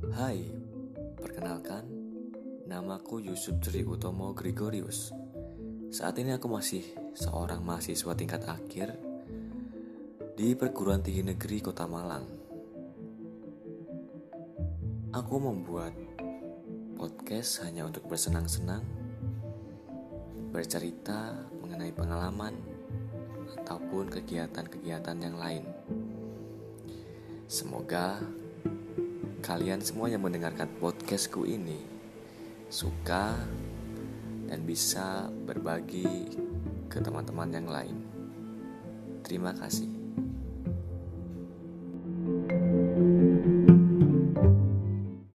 Hai, perkenalkan, namaku Yusuf Tri Utomo Gregorius. Saat ini aku masih seorang mahasiswa tingkat akhir di Perguruan Tinggi Negeri Kota Malang. Aku membuat podcast hanya untuk bersenang-senang, bercerita mengenai pengalaman, ataupun kegiatan-kegiatan yang lain. Semoga kalian semua yang mendengarkan podcastku ini suka dan bisa berbagi ke teman-teman yang lain. Terima kasih.